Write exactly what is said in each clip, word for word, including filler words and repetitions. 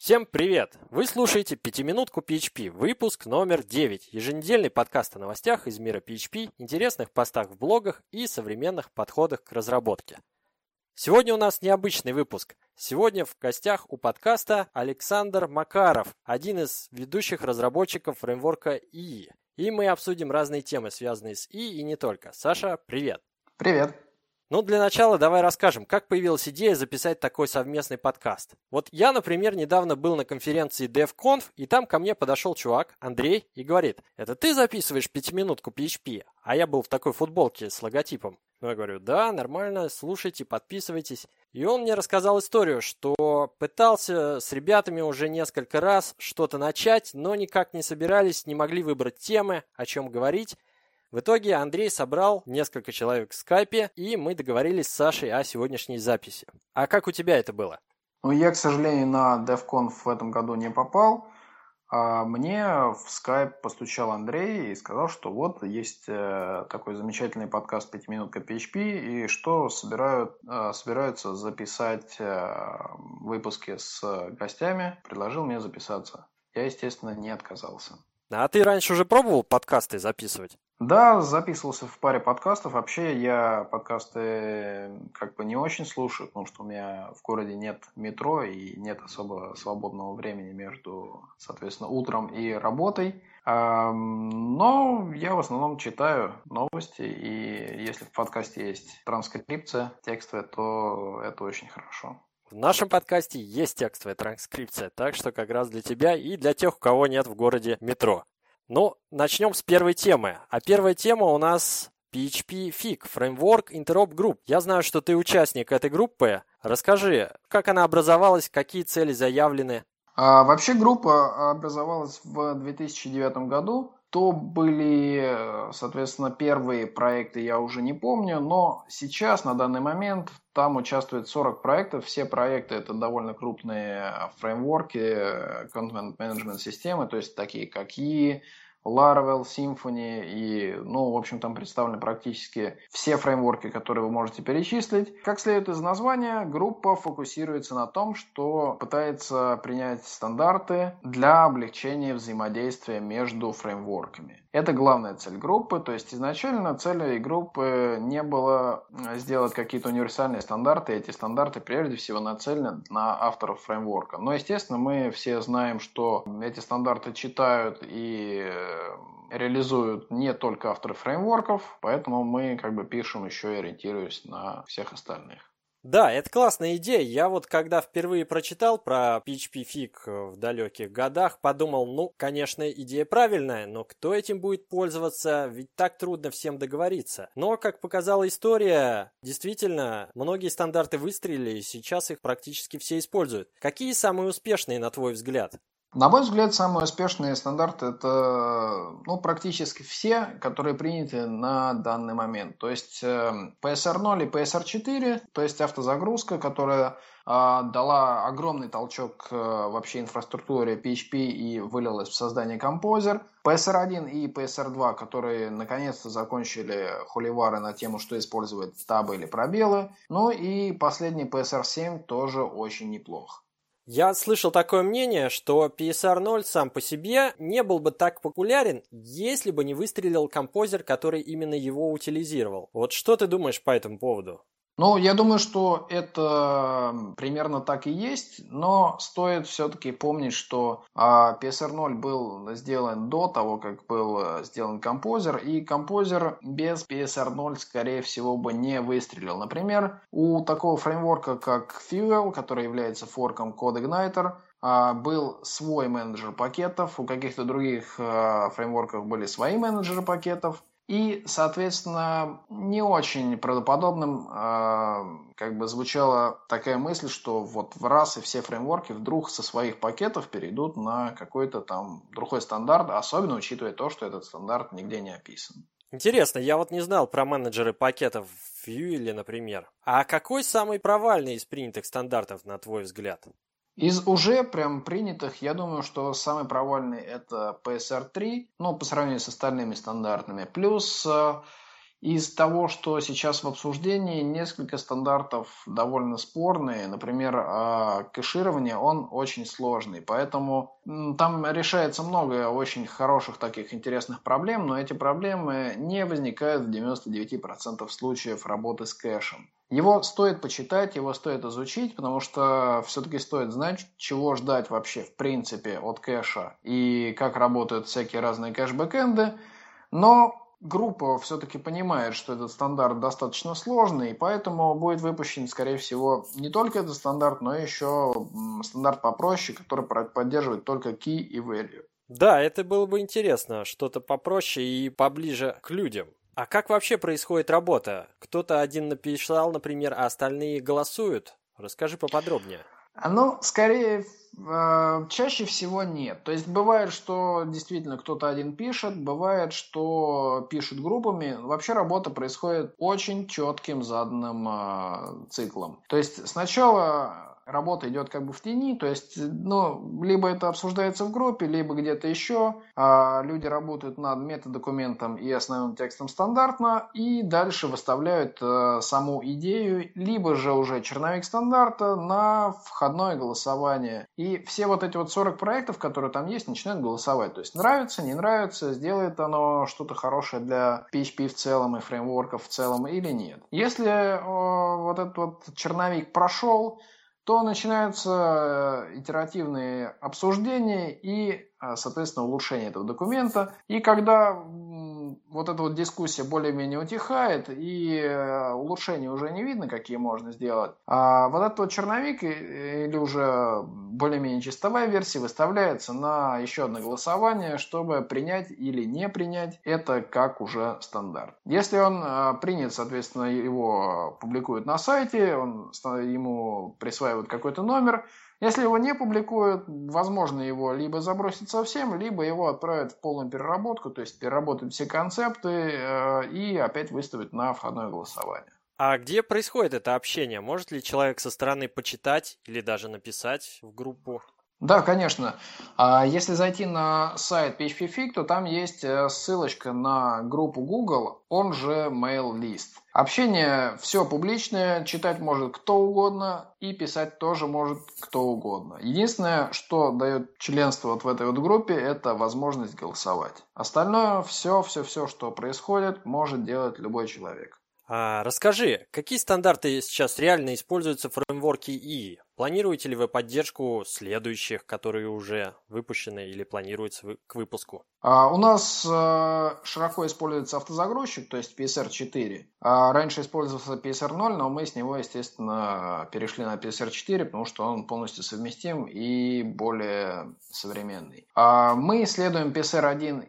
Всем привет! Вы слушаете «Пятиминутку пи эйч пи», выпуск номер девять, еженедельный подкаст о новостях из мира пи эйч пи, интересных постах в блогах и современных подходах к разработке. Сегодня у нас необычный выпуск. Сегодня в гостях у подкаста Александр Макаров, один из ведущих разработчиков фреймворка ИИ. И мы обсудим разные темы, связанные с ИИ и не только. Саша, привет! Привет! Ну, для начала давай расскажем, как появилась идея записать такой совместный подкаст. Вот я, например, недавно был на конференции DevConf, и там ко мне подошел чувак, Андрей, и говорит: это ты записываешь пятиминутку пи эйч пи? А я был в такой футболке с логотипом. Ну, я говорю: да, нормально, слушайте, подписывайтесь. И он мне рассказал историю, что пытался с ребятами уже несколько раз что-то начать, но никак не собирались, не могли выбрать темы, о чем говорить. В итоге Андрей собрал несколько человек в скайпе, и мы договорились с Сашей о сегодняшней записи. А как у тебя это было? Ну, я, к сожалению, на DevConf в этом году не попал. А мне в скайп постучал Андрей и сказал, что вот есть такой замечательный подкаст «Пятиминутка пи эйч пи», и что собирают, собираются записать выпуски с гостями. Предложил мне записаться. Я, естественно, не отказался. А ты раньше уже пробовал подкасты записывать? Да, записывался в паре подкастов. Вообще я подкасты как бы не очень слушаю, потому что у меня в городе нет метро и нет особо свободного времени между, соответственно, утром и работой. Но я в основном читаю новости, и если в подкасте есть транскрипция текстовая, то это очень хорошо. В нашем подкасте есть текстовая транскрипция, так что как раз для тебя и для тех, у кого нет в городе метро. Ну, начнем с первой темы. А первая тема у нас пи эйч пи Fig, Framework Interop Group. Я знаю, что ты участник этой группы. Расскажи, как она образовалась, какие цели заявлены? А, вообще группа образовалась в две тысячи девятом году. То были, соответственно, первые проекты, я уже не помню, но сейчас, на данный момент, там участвует сорок проектов. Все проекты — это довольно крупные фреймворки, контент-менеджмент системы, то есть такие как и Laravel, Symfony, и, ну, в общем, там представлены практически все фреймворки, которые вы можете перечислить. Как следует из названия, группа фокусируется на том, что пытается принять стандарты для облегчения взаимодействия между фреймворками. Это главная цель группы, то есть изначально целью группы не было сделать какие-то универсальные стандарты, эти стандарты прежде всего нацелены на авторов фреймворка. Но, естественно, мы все знаем, что эти стандарты читают и реализуют не только авторы фреймворков, поэтому мы как бы пишем еще и ориентируясь на всех остальных. Да, это классная идея. Я вот когда впервые прочитал про пи эйч пи Fig в далеких годах, подумал, ну, конечно, идея правильная, но кто этим будет пользоваться? Ведь так трудно всем договориться. Но, как показала история, действительно, многие стандарты выстрелили, и сейчас их практически все используют. Какие самые успешные, на твой взгляд? На мой взгляд, самые успешные стандарты — это, ну, практически все, которые приняты на данный момент. То есть пи эс ар ноль и пи эс ар четыре, то есть автозагрузка, которая э, дала огромный толчок э, вообще инфраструктуре пи эйч пи и вылилась в создание Composer. пи эс ар один и пи эс ар два, которые наконец-то закончили холивары на тему, что использовать табы или пробелы. Ну и последний пи эс ар семь тоже очень неплох. Я слышал такое мнение, что пи эс ар ноль сам по себе не был бы так популярен, если бы не выстрелил композер, который именно его утилизировал. Вот что ты думаешь по этому поводу? Ну, я думаю, что это примерно так и есть, но стоит все-таки помнить, что пи эс ар ноль был сделан до того, как был сделан композер, и композер без пи эс ар ноль, скорее всего, бы не выстрелил. Например, у такого фреймворка, как Fuel, который является форком CodeIgniter, был свой менеджер пакетов, у каких-то других фреймворков были свои менеджеры пакетов. И, соответственно, не очень правдоподобным э, как бы звучала такая мысль, что вот в раз и все фреймворки вдруг со своих пакетов перейдут на какой-то там другой стандарт, особенно учитывая то, что этот стандарт нигде не описан. Интересно, я вот не знал про менеджеры пакетов в Fuel, например. А какой самый провальный из принятых стандартов, на твой взгляд? Из уже прям принятых, я думаю, что самый провальный это пи эс ар три, ну, по сравнению с остальными стандартами. Плюс Из того, что сейчас в обсуждении, несколько стандартов довольно спорные. Например, а, кэширование, он очень сложный, поэтому м, там решается много очень хороших таких интересных проблем, но эти проблемы не возникают в девяноста девяти процентах случаев работы с кэшем. Его стоит почитать, его стоит изучить, потому что все-таки стоит знать, чего ждать вообще в принципе от кэша и как работают всякие разные кэш-бэкэнды. Но группа все-таки понимает, что этот стандарт достаточно сложный, и поэтому будет выпущен, скорее всего, не только этот стандарт, но еще стандарт попроще, который поддерживает только key и value. Да, это было бы интересно, что-то попроще и поближе к людям. А как вообще происходит работа? Кто-то один написал, например, а остальные голосуют? Расскажи поподробнее. Ну, скорее, э, чаще всего нет. То есть бывает, что действительно кто-то один пишет, бывает, что пишут группами. Вообще работа происходит очень четким заданным э, циклом. То есть сначала работа идет как бы в тени, то есть, ну, либо это обсуждается в группе, либо где-то еще. А люди работают над метадокументом и основным текстом стандартно, и дальше выставляют э, саму идею, либо же уже черновик стандарта на входное голосование. И все вот эти вот сорок проектов, которые там есть, начинают голосовать. То есть нравится, не нравится, сделает оно что-то хорошее для пи эйч пи в целом и фреймворков в целом или нет. Если э, вот этот вот черновик прошел, то начинаются итеративные обсуждения и, соответственно, улучшение этого документа. И когда вот эта вот дискуссия более-менее утихает и улучшения уже не видно, какие можно сделать, а вот этот вот черновик или уже более-менее чистовая версия выставляется на еще одно голосование, чтобы принять или не принять это как уже стандарт. Если он принят, соответственно, его публикуют на сайте, он, ему присваивают какой-то номер. Если его не публикуют, возможно, его либо забросят совсем, либо его отправят в полную переработку, то есть переработают все концепты э, и опять выставят на входное голосование. А где происходит это общение? Может ли человек со стороны почитать или даже написать в группу? Да, конечно. Если зайти на сайт пи эйч пи Fig, то там есть ссылочка на группу Google, он же MailList. Общение все публичное, читать может кто угодно и писать тоже может кто угодно. Единственное, что дает членство вот в этой вот группе, это возможность голосовать. Остальное, все, все, все, что происходит, может делать любой человек. А, расскажи, какие стандарты сейчас реально используются в фреймворке и и? Планируете ли вы поддержку следующих, которые уже выпущены или планируются к выпуску? А, у нас а, широко используется автозагрузчик, то есть пи эс ар четыре. А, раньше использовался пи эс ар ноль, но мы с него, естественно, перешли на пи эс ар четыре, потому что он полностью совместим и более современный. А, мы исследуем пи эс ар один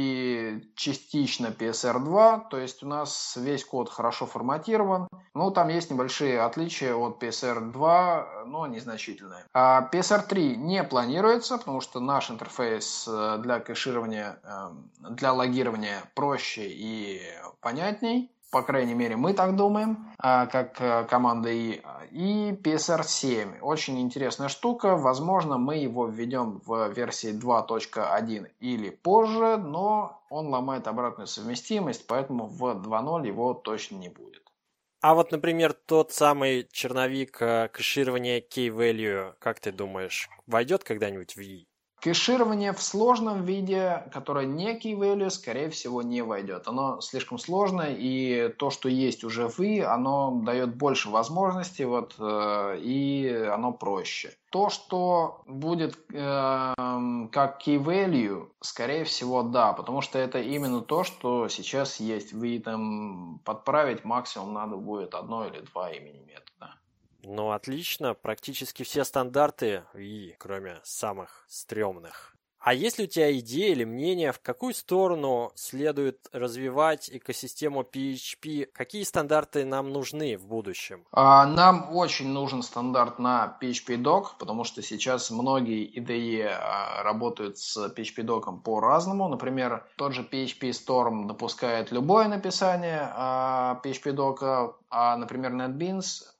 и частично пи эс ар два, то есть у нас весь код хорошо форматирован. Ну, там есть небольшие отличия от пи эс ар два, но незначительные. А пи эс ар три не планируется, потому что наш интерфейс для кэширования, для логирования проще и понятней. По крайней мере, мы так думаем, как команда И. И пи эс ар семь. Очень интересная штука. Возможно, мы его введем в версии два точка один или позже, но он ломает обратную совместимость, поэтому в два ноль его точно не будет. А вот, например, тот самый черновик кэширования key-value, как ты думаешь, войдет когда-нибудь в И? Кэширование в сложном виде, которое не key-value, скорее всего, не войдет. Оно слишком сложное, и то, что есть уже в И, оно дает больше возможностей, вот, э, и оно проще. То, что будет э, как key-value, скорее всего, да, потому что это именно то, что сейчас есть в И. Там подправить максимум надо будет одно или два имени метода. Ну, отлично. Практически все стандарты И, кроме самых стрёмных. А есть ли у тебя идея или мнение, в какую сторону следует развивать экосистему пи эйч пи? Какие стандарты нам нужны в будущем? Нам очень нужен стандарт на пи эйч пи док, потому что сейчас многие ай ди и работают с пи эйч пи доком по-разному. Например, тот же пи эйч пи Storm допускает любое написание пи эйч пи дока, а, например, NetBeans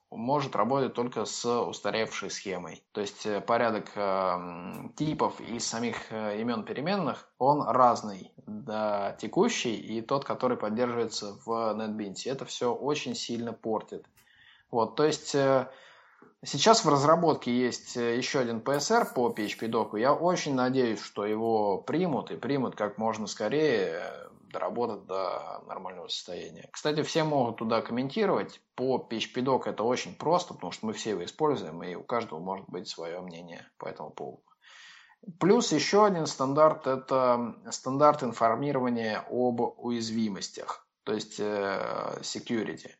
может работать только с устаревшей схемой. То есть порядок э, типов и самих э, имен переменных, он разный, да, текущий и тот, который поддерживается в NetBeans. Это все очень сильно портит. Вот, то есть э, сейчас в разработке есть еще один пи эс эр по пи эйч пи док. Я очень надеюсь, что его примут и примут как можно скорее, доработать до нормального состояния. Кстати, все могут туда комментировать. По пи эйч пи док это очень просто, потому что мы все его используем, и у каждого может быть свое мнение по этому поводу. Плюс еще один стандарт – это стандарт информирования об уязвимостях, то есть security.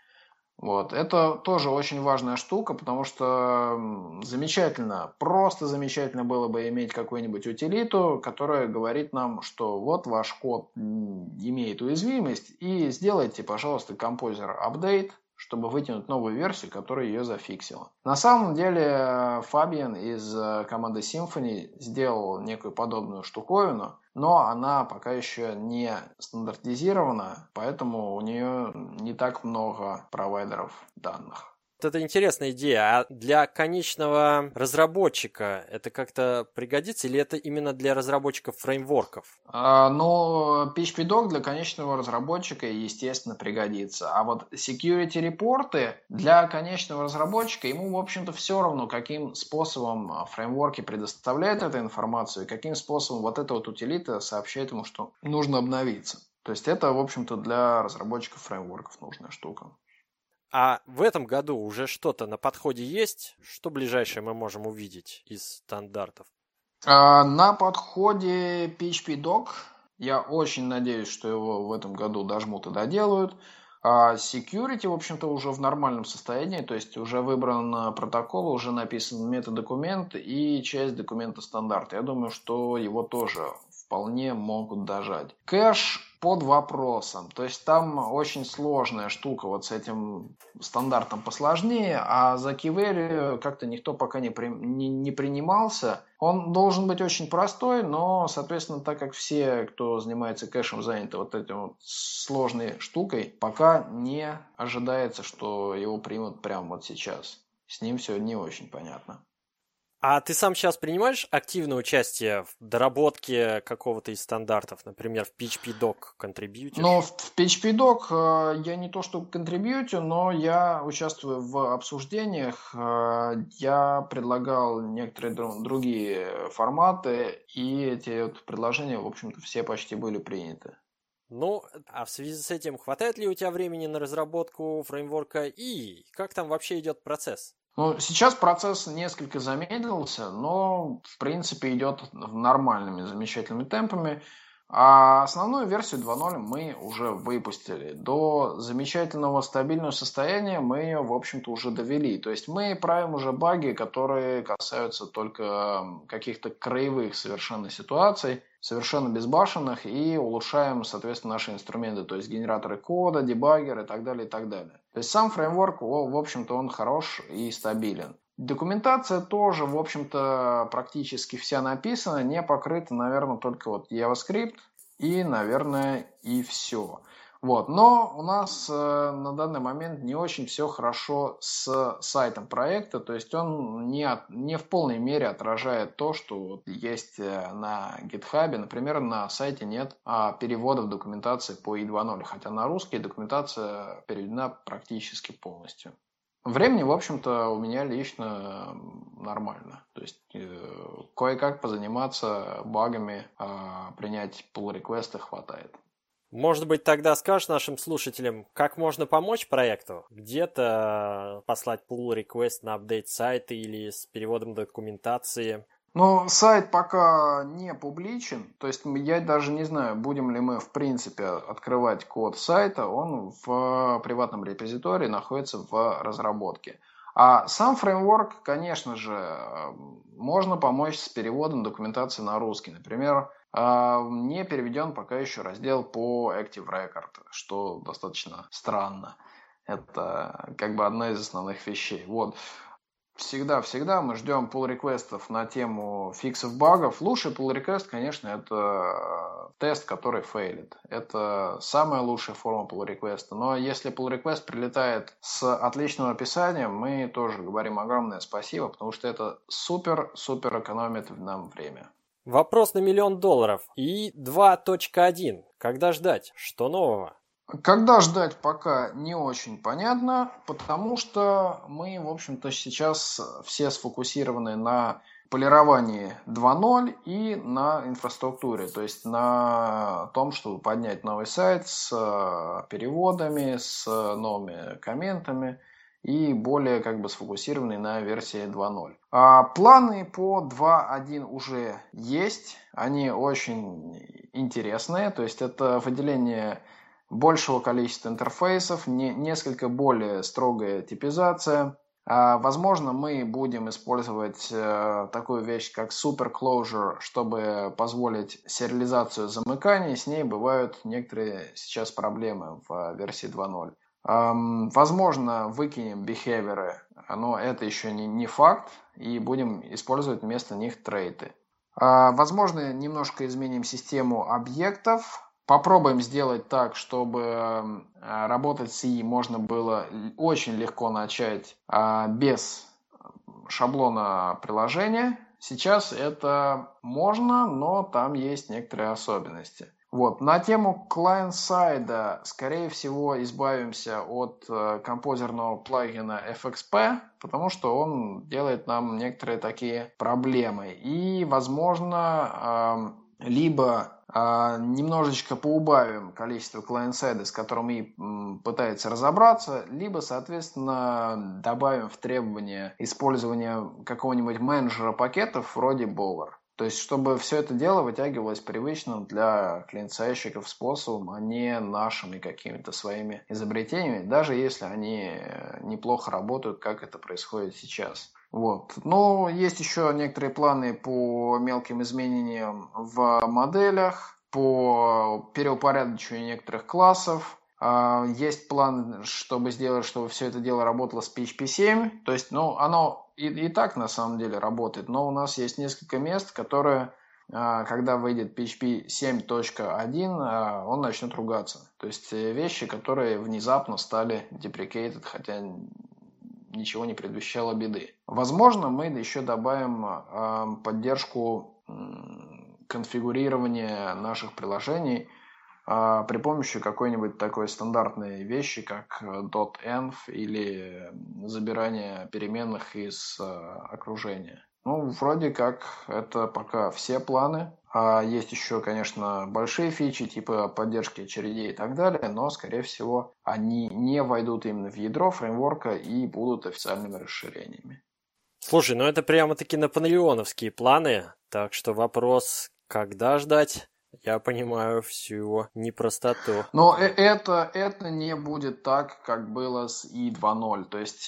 Вот. Это тоже очень важная штука, потому что замечательно, просто замечательно было бы иметь какую-нибудь утилиту, которая говорит нам, что вот ваш код имеет уязвимость, и сделайте, пожалуйста, композер апдейт, чтобы вытянуть новую версию, которая ее зафиксила. На самом деле Фабиан из команды Symfony сделал некую подобную штуковину, но она пока еще не стандартизирована, поэтому у нее не так много провайдеров данных. Это интересная идея. А для конечного разработчика это как-то пригодится или это именно для разработчиков фреймворков? А, ну, пи эйч пи док для конечного разработчика, естественно, пригодится. А вот security репорты для конечного разработчика, ему, в общем-то, все равно, каким способом фреймворки предоставляют эту информацию, и каким способом вот эта вот утилита сообщает ему, что нужно обновиться. То есть это, в общем-то, для разработчиков фреймворков нужная штука. А в этом году уже что-то на подходе есть? Что ближайшее мы можем увидеть из стандартов? А, на подходе пи эйч пи док. Я очень надеюсь, что его в этом году дожмут и доделают. А security, в общем-то, уже в нормальном состоянии. То есть уже выбран протокол, уже написан метадокумент и часть документа стандарта. Я думаю, что его тоже вполне могут дожать. Кэш под вопросом. То есть там очень сложная штука вот с этим стандартом посложнее, а за key-value как-то никто пока не, при, не, не принимался. Он должен быть очень простой, но, соответственно, так как все, кто занимается кэшем, заняты вот этой вот сложной штукой, пока не ожидается, что его примут прямо вот сейчас. С ним все не очень понятно. А ты сам сейчас принимаешь активное участие в доработке какого-то из стандартов, например, в пи эйч пи док контрибьютишь? Ну, в пи эйч пи док я не то что контрибьютю, но я участвую в обсуждениях. Я предлагал некоторые другие форматы, и эти вот предложения, в общем-то, все почти были приняты. Ну, а в связи с этим хватает ли у тебя времени на разработку фреймворка и как там вообще идет процесс? Ну, сейчас процесс несколько замедлился, но, в принципе, идет нормальными, замечательными темпами. А основную версию два ноль мы уже выпустили. До замечательного стабильного состояния мы ее, в общем-то, уже довели. То есть мы правим уже баги, которые касаются только каких-то краевых совершенно ситуаций, совершенно безбашенных, и улучшаем, соответственно, наши инструменты, то есть генераторы кода, дебаггеры и так далее, и так далее. То есть сам фреймворк, в общем-то, он хорош и стабилен. Документация тоже, в общем-то, практически вся написана, не покрыта, наверное, только вот JavaScript и, наверное, и все. Вот. Но у нас э, на данный момент не очень все хорошо с сайтом проекта, то есть он не, от, не в полной мере отражает то, что вот есть на GitHub. Например, на сайте нет а, переводов документации по и два ноль, хотя на русский документация переведена практически полностью. Времени, в общем-то, у меня лично нормально. То есть э, кое-как позаниматься багами, э, принять pull-реквесты хватает. Может быть, тогда скажешь нашим слушателям, как можно помочь проекту? Где-то послать pull-request на апдейт сайта или с переводом документации? Ну, сайт пока не публичен, то есть я даже не знаю, будем ли мы в принципе открывать код сайта, он в приватном репозитории находится в разработке. А сам фреймворк, конечно же, можно помочь с переводом документации на русский. Например, не переведен пока еще раздел по Active Record, что достаточно странно. Это как бы одна из основных вещей. Вот. Всегда-всегда мы ждем pull-реквестов на тему фиксов багов. Лучший pull-реквест, конечно, это тест, который фейлит. Это самая лучшая форма pull-реквеста. Но если pull-реквест прилетает с отличным описанием, мы тоже говорим огромное спасибо, потому что это супер-супер экономит нам время. Вопрос на миллион долларов. и два точка один. Когда ждать? Что нового? Когда ждать, пока не очень понятно, потому что мы, в общем-то, сейчас все сфокусированы на полировании два ноль и на инфраструктуре, то есть на том, чтобы поднять новый сайт с переводами, с новыми комментами и более как бы сфокусированный на версии два ноль. А планы по два один уже есть, они очень интересные, то есть это выделение большего количества интерфейсов, не, несколько более строгая типизация. А, возможно, мы будем использовать э, такую вещь, как Super Closure, чтобы позволить сериализацию замыканий. С ней бывают некоторые сейчас проблемы в версии два ноль. Эм, возможно, выкинем бихевиоры, но это еще не, не факт, и будем использовать вместо них трейты. А, возможно, немножко изменим систему объектов. Попробуем сделать так, чтобы работать с и можно было очень легко начать без шаблона приложения. Сейчас это можно, но там есть некоторые особенности. Вот. На тему клиент-сайда, скорее всего, избавимся от композерного плагина эф экс пи, потому что он делает нам некоторые такие проблемы. И, возможно, либо а, немножечко поубавим количество клиент-сайда, с которым и пытается разобраться, либо, соответственно, добавим в требования использования какого-нибудь менеджера пакетов вроде Bower. То есть, чтобы все это дело вытягивалось привычным для клиент-сайдщиков способом, а не нашими какими-то своими изобретениями, даже если они неплохо работают, как это происходит сейчас. Вот. Но есть еще некоторые планы по мелким изменениям в моделях, по переупорядочению некоторых классов. Есть план, чтобы сделать, чтобы все это дело работало с пи эйч пи семь. То есть, ну, оно и, и так на самом деле работает, но у нас есть несколько мест, которые, когда выйдет пи эйч пи семь точка один, он начнет ругаться. То есть вещи, которые внезапно стали deprecated, хотя ничего не предвещало беды. Возможно, мы еще добавим э, поддержку э, конфигурирования наших приложений э, при помощи какой-нибудь такой стандартной вещи, как .env или забирание переменных из э, окружения. Ну, вроде как это пока все планы. А есть еще, конечно, большие фичи, типа поддержки очередей и так далее, но, скорее всего, они не войдут именно в ядро фреймворка и будут официальными расширениями. Слушай, ну это прямо-таки наполеоновские планы, так что вопрос, когда ждать? Я понимаю всю непростоту. Но это, это не будет так, как было с и два ноль. То есть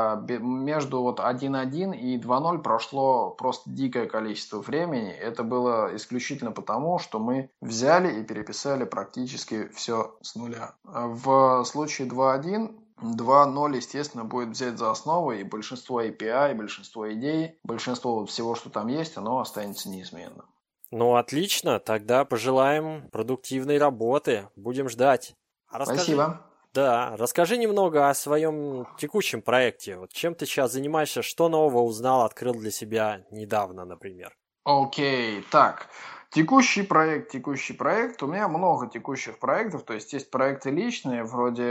между вот один точка один и два ноль прошло просто дикое количество времени. Это было исключительно потому, что мы взяли и переписали практически все с нуля. В случае два точка один два ноль, естественно, будет взять за основу, и большинство эй пи ай, большинство идей, большинство всего, что там есть, оно останется неизменным. Ну, отлично. Тогда пожелаем продуктивной работы. Будем ждать. А расскажи... Спасибо. Да, расскажи немного о своем текущем проекте. Вот чем ты сейчас занимаешься, что нового узнал, открыл для себя недавно, например? Окей, так. Текущий проект, текущий проект. У меня много текущих проектов, то есть есть проекты личные, вроде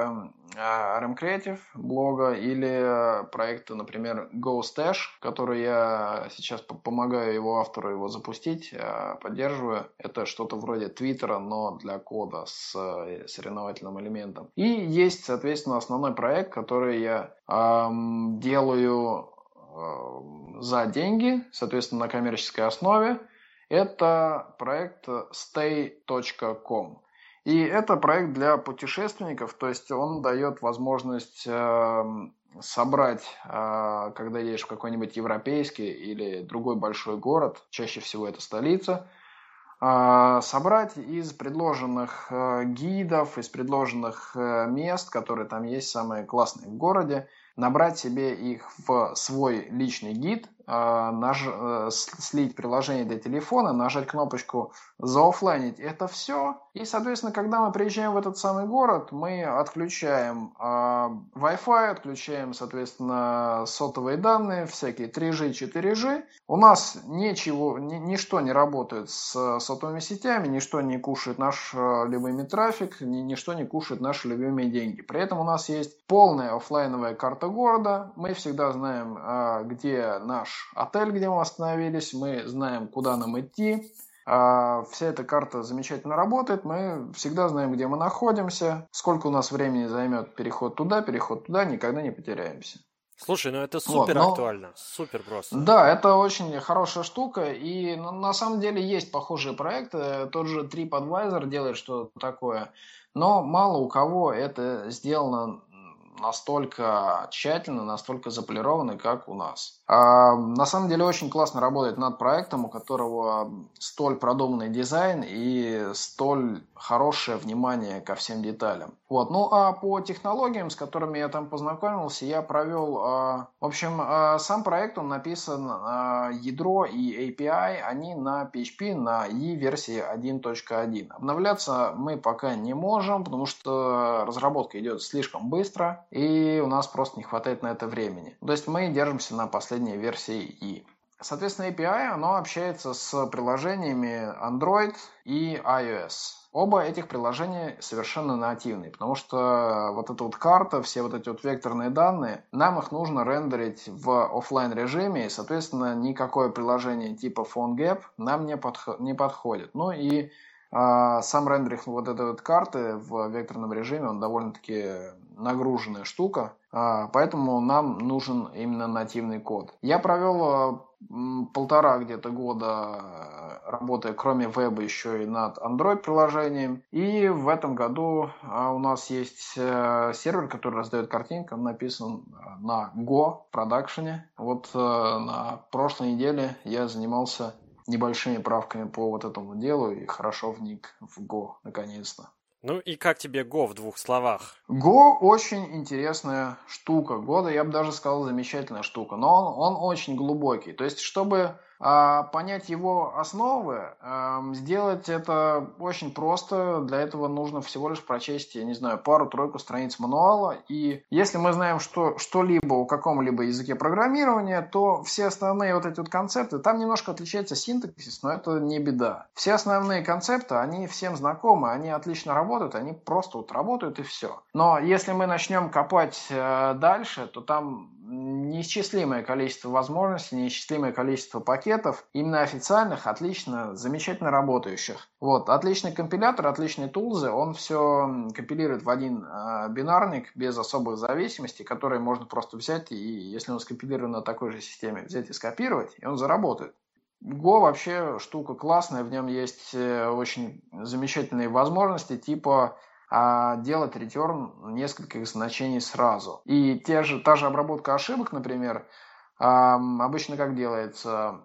ар эм Creative блога, или проекты, например, GoStash, который я сейчас помогаю его автору его запустить, поддерживаю. Это что-то вроде Твиттера, но для кода с соревновательным элементом. И есть, соответственно, основной проект, который я эм, делаю э, за деньги, соответственно, на коммерческой основе. Это проект stay точка ком. И это проект для путешественников, то есть он дает возможность э, собрать, э, когда едешь в какой-нибудь европейский или другой большой город, чаще всего это столица, э, собрать из предложенных э, гидов, из предложенных э, мест, которые там есть, самые классные в городе, набрать себе их в свой личный гид, наж... слить приложение для телефона, нажать кнопочку «Заоффлайнить» — это все. И, соответственно, когда мы приезжаем в этот самый город, мы отключаем э, Wi-Fi, отключаем, соответственно, сотовые данные, всякие три джи, четыре джи. У нас ничего, ни, ничто не работает с сотовыми сетями, ничто не кушает наш э, любимый трафик, ни, ничто не кушает наши любимые деньги. При этом у нас есть полная оффлайновая карта города. Мы всегда знаем, э, где наш отель, где мы остановились, мы знаем, куда нам идти. Вся эта карта замечательно работает, мы всегда знаем, где мы находимся, сколько у нас времени займет переход туда, переход туда, никогда не потеряемся. Слушай, ну это супер вот, но... актуально, супер просто. Да, это очень хорошая штука, и ну, на самом деле есть похожие проекты, тот же TripAdvisor делает что-то такое, но мало у кого это сделано настолько тщательно, настолько заполированы, как у нас. А, на самом деле очень классно работает над проектом, у которого столь продуманный дизайн и столь хорошее внимание ко всем деталям. Вот. Ну а по технологиям, с которыми я там познакомился, я провел... А, в общем, а, сам проект, он написан, а, ядро и эй пи ай, они на пи эйч пи, на и версии один точка один. Обновляться мы пока не можем, потому что разработка идет слишком быстро, и у нас просто не хватает на это времени. То есть мы держимся на последней версии И. Соответственно, эй пи ай, оно общается с приложениями Android и iOS. Оба этих приложения совершенно нативные, потому что вот эта вот карта, все вот эти вот векторные данные, нам их нужно рендерить в офлайн режиме, и, соответственно, никакое приложение типа PhoneGap нам не, подх- не подходит. Ну и а, сам рендеринг вот этой вот карты в векторном режиме, он довольно-таки нагруженная штука, а, поэтому нам нужен именно нативный код. Я провел полтора где-то года, работая кроме веба еще и над Android-приложением. И в этом году у нас есть сервер, который раздает картинки. Он написан на Go продакшене. Вот на прошлой неделе я занимался небольшими правками по вот этому делу и хорошо вник в Go наконец-то. Ну и как тебе Go в двух словах? Go очень интересная штука. Go, да, я бы даже сказал, замечательная штука. Но он, он очень глубокий. То есть, чтобы а, понять его основы, а, сделать это очень просто. Для этого нужно всего лишь прочесть, я не знаю, пару-тройку страниц мануала. И если мы знаем что, что-либо о каком-либо языке программирования, то все основные вот эти вот концепты, там немножко отличается синтаксис, но это не беда. Все основные концепты, они всем знакомы, они отлично работают, они просто вот работают и все. Но если мы начнем копать э, дальше, то там неисчислимое количество возможностей, неисчислимое количество пакетов, именно официальных, отлично, замечательно работающих. Вот, отличный компилятор, отличные тулзы, он все компилирует в один э, бинарник без особых зависимостей, которые можно просто взять и, если он скомпилирован на такой же системе, взять и скопировать, и он заработает. Go вообще штука классная, в нем есть очень замечательные возможности, типа а, делать return нескольких значений сразу. И те же, та же обработка ошибок, например, а, обычно как делается?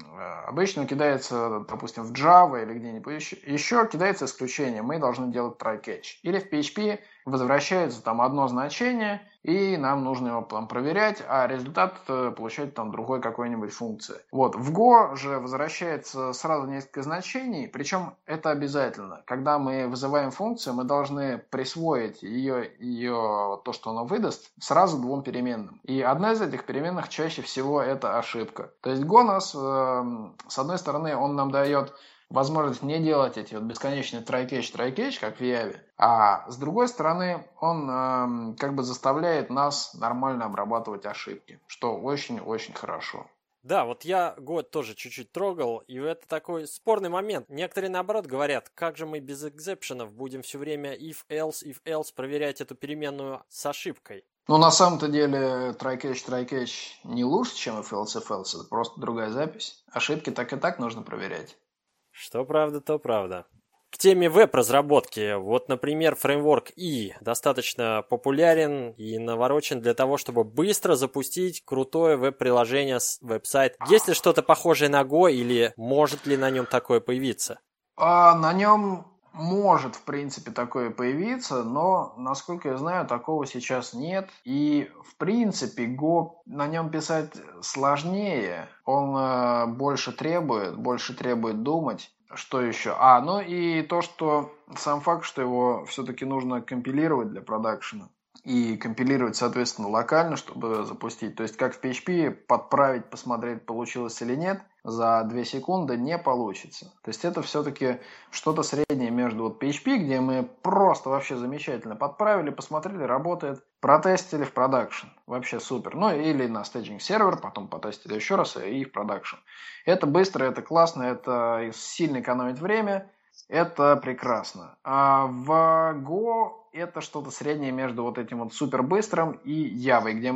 Обычно кидается, допустим, в Java или где-нибудь еще, еще кидается исключение. Мы должны делать try-catch. Или в пи эйч пи возвращается там одно значение, и нам нужно его там проверять, а результат получает там другой какой-нибудь функции. Вот. В Go же возвращается сразу несколько значений, причем это обязательно. Когда мы вызываем функцию, мы должны присвоить ее, ее, то, что она выдаст, сразу двум переменным. И одна из этих переменных чаще всего это ошибка. То есть Go нас, э, с одной стороны, он нам дает возможность не делать эти вот бесконечные try-catch, try-catch, как в Java, а с другой стороны, он э, как бы заставляет нас нормально обрабатывать ошибки, что очень-очень хорошо. Да, вот я год тоже чуть-чуть трогал, и это такой спорный момент. Некоторые, наоборот, говорят, как же мы без экзепшенов будем все время if-else, if-else проверять эту переменную с ошибкой. Ну, на самом-то деле, try-catch, try-catch не лучше, чем if-else, if-else. Это просто другая запись. Ошибки так и так нужно проверять. Что правда, то правда. К теме веб-разработки. Вот, например, фреймворк И достаточно популярен и наворочен для того, чтобы быстро запустить крутое веб-приложение с веб-сайт. Есть ли что-то похожее на Go или может ли на нем такое появиться? А на нем Может, в принципе, такое появиться, но, насколько я знаю, такого сейчас нет. И, в принципе, Go, на нем писать сложнее. Он э, больше требует, больше требует думать. Что еще? А, ну и то, что сам факт, что его все-таки нужно компилировать для продакшена. И компилировать, соответственно, локально, чтобы запустить. То есть, как в пи эйч пи, подправить, посмотреть, получилось или нет, за две секунды не получится. То есть, это все-таки что-то среднее между вот пи эйч пи, где мы просто вообще замечательно подправили, посмотрели, работает, протестили в продакшн. Вообще супер. Ну, или на стейджинг сервер, потом потестили еще раз и в продакшн. Это быстро, это классно, это сильно экономит время. Это прекрасно. А в Go это что-то среднее между вот этим вот супер быстрым и Java, где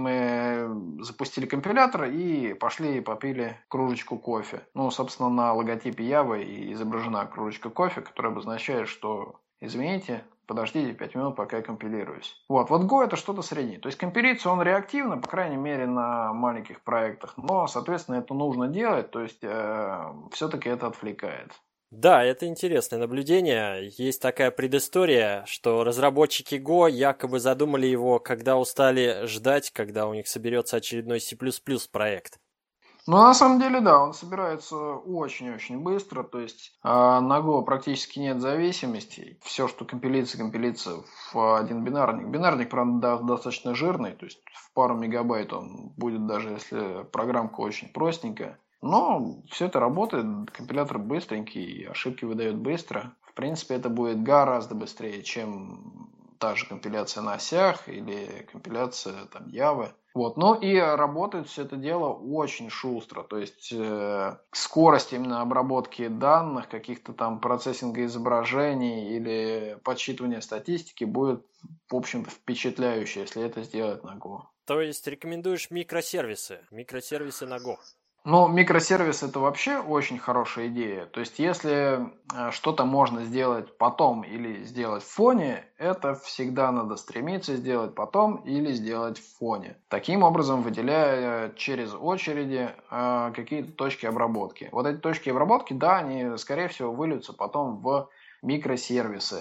мы запустили компилятор и пошли и попили кружечку кофе. Ну, собственно, на логотипе Java изображена кружечка кофе, которая обозначает, что, извините, подождите пять минут, пока я компилируюсь. Вот, вот Go это что-то среднее. То есть компилится он реактивно, по крайней мере, на маленьких проектах. Но, соответственно, это нужно делать, то есть э, все-таки это отвлекает. Да, это интересное наблюдение. Есть такая предыстория, что разработчики Go якобы задумали его, когда устали ждать, когда у них соберется очередной C++ проект. Ну, на самом деле, да, он собирается очень-очень быстро, то есть э, на Go практически нет зависимостей. Все, что компилится, компилится в один бинарник. Бинарник, правда, достаточно жирный, то есть в пару мегабайт он будет, даже если программка очень простенькая. Но все это работает, компилятор быстренький, ошибки выдает быстро. В принципе, это будет гораздо быстрее, чем та же компиляция на осях или компиляция там Java. Вот. Ну и работает все это дело очень шустро, то есть э, скорость именно обработки данных, каких-то там процессинга изображений или подсчитывания статистики будет, в общем-то, впечатляюще, если это сделать на Go. То есть рекомендуешь микросервисы, микросервисы на Go? Ну, микросервис это вообще очень хорошая идея. То есть, если э, что-то можно сделать потом или сделать в фоне, это всегда надо стремиться сделать потом или сделать в фоне. Таким образом, выделяя через очереди э, какие-то точки обработки. Вот эти точки обработки, да, они, скорее всего, выльются потом в микросервисы.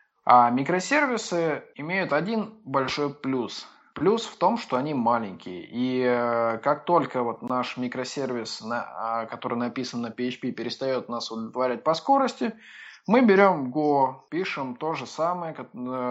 А микросервисы имеют один большой плюс – Плюс в том, что они маленькие. И э, как только вот наш микросервис, на, который написан на пи эйч пи, перестает нас удовлетворять по скорости, мы берем Go, пишем то же самое, э,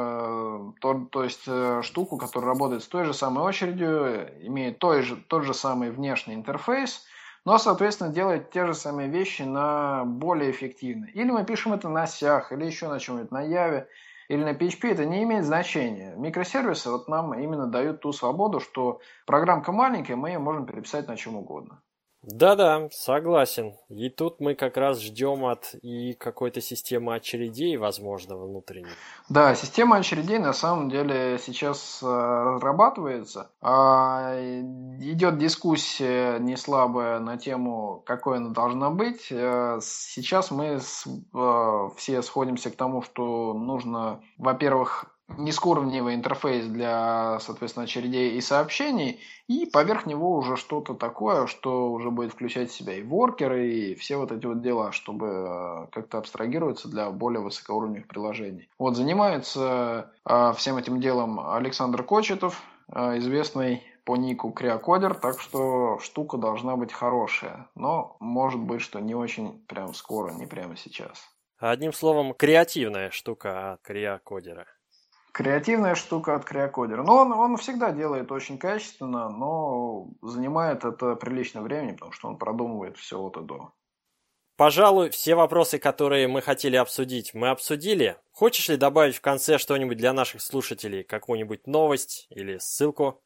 то, то есть э, штуку, которая работает с той же самой очередью, имеет той же, тот же самый внешний интерфейс, но, соответственно, делает те же самые вещи на более эффективно. Или мы пишем это на осях, или еще на чем-нибудь, на Java, или на пи эйч пи, это не имеет значения. Микросервисы вот нам именно дают ту свободу, что программка маленькая, мы ее можем переписать на чем угодно. Да-да, согласен. И тут мы как раз ждем от и какой-то системы очередей, возможно, внутренней. Да, система очередей на самом деле сейчас э, разрабатывается. А, идет дискуссия не слабая на тему, какой она должна быть. Э, сейчас мы с, э, все сходимся к тому, что нужно, во-первых, низкоуровневый интерфейс для, соответственно, очередей и сообщений, и поверх него уже что-то такое, что уже будет включать в себя и воркеры, и все вот эти вот дела, чтобы как-то абстрагироваться для более высокоуровневых приложений. Вот занимается э, всем этим делом Александр Кочетов, э, известный по нику Криокодер, так что штука должна быть хорошая, но может быть, что не очень прям скоро, не прямо сейчас. Одним словом, креативная штука от Криокодера. Креативная штука от Криокодера. Но он, он всегда делает очень качественно, но занимает это прилично времени, потому что он продумывает все от и до. Пожалуй, все вопросы, которые мы хотели обсудить, мы обсудили. Хочешь ли добавить в конце что-нибудь для наших слушателей, какую-нибудь новость или ссылку?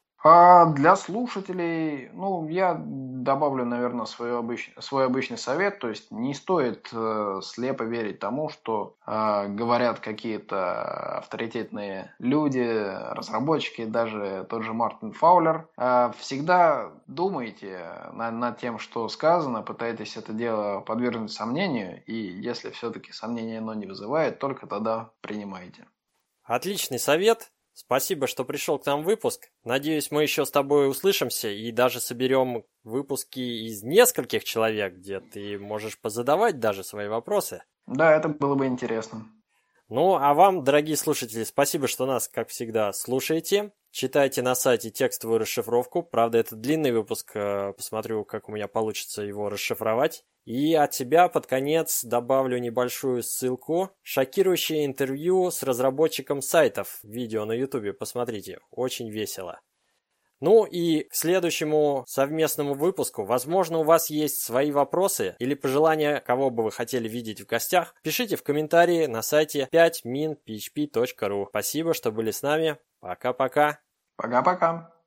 А для слушателей, ну, я добавлю, наверное, свой обычный, свой обычный совет. То есть не стоит э, слепо верить тому, что э, говорят какие-то авторитетные люди, разработчики, даже тот же Мартин Фаулер. Э, всегда думайте над, над тем, что сказано, пытайтесь это дело подвергнуть сомнению, и если все-таки сомнения оно не вызывает, только тогда принимайте. Отличный совет. Спасибо, что пришел к нам в выпуск. Надеюсь, мы еще с тобой услышимся и даже соберем выпуски из нескольких человек, где ты можешь позадавать даже свои вопросы. Да, это было бы интересно. Ну, а вам, дорогие слушатели, спасибо, что нас, как всегда, слушаете. Читайте на сайте текстовую расшифровку. Правда, это длинный выпуск. Посмотрю, как у меня получится его расшифровать. И от себя под конец добавлю небольшую ссылку. Шокирующее интервью с разработчиком сайтов. Видео на ютубе. Посмотрите. Очень весело. Ну и к следующему совместному выпуску, возможно, у вас есть свои вопросы или пожелания, кого бы вы хотели видеть в гостях, пишите в комментарии на сайте пять мин пи эйч пи точка ру. Спасибо, что были с нами. Пока-пока. Пока-пока.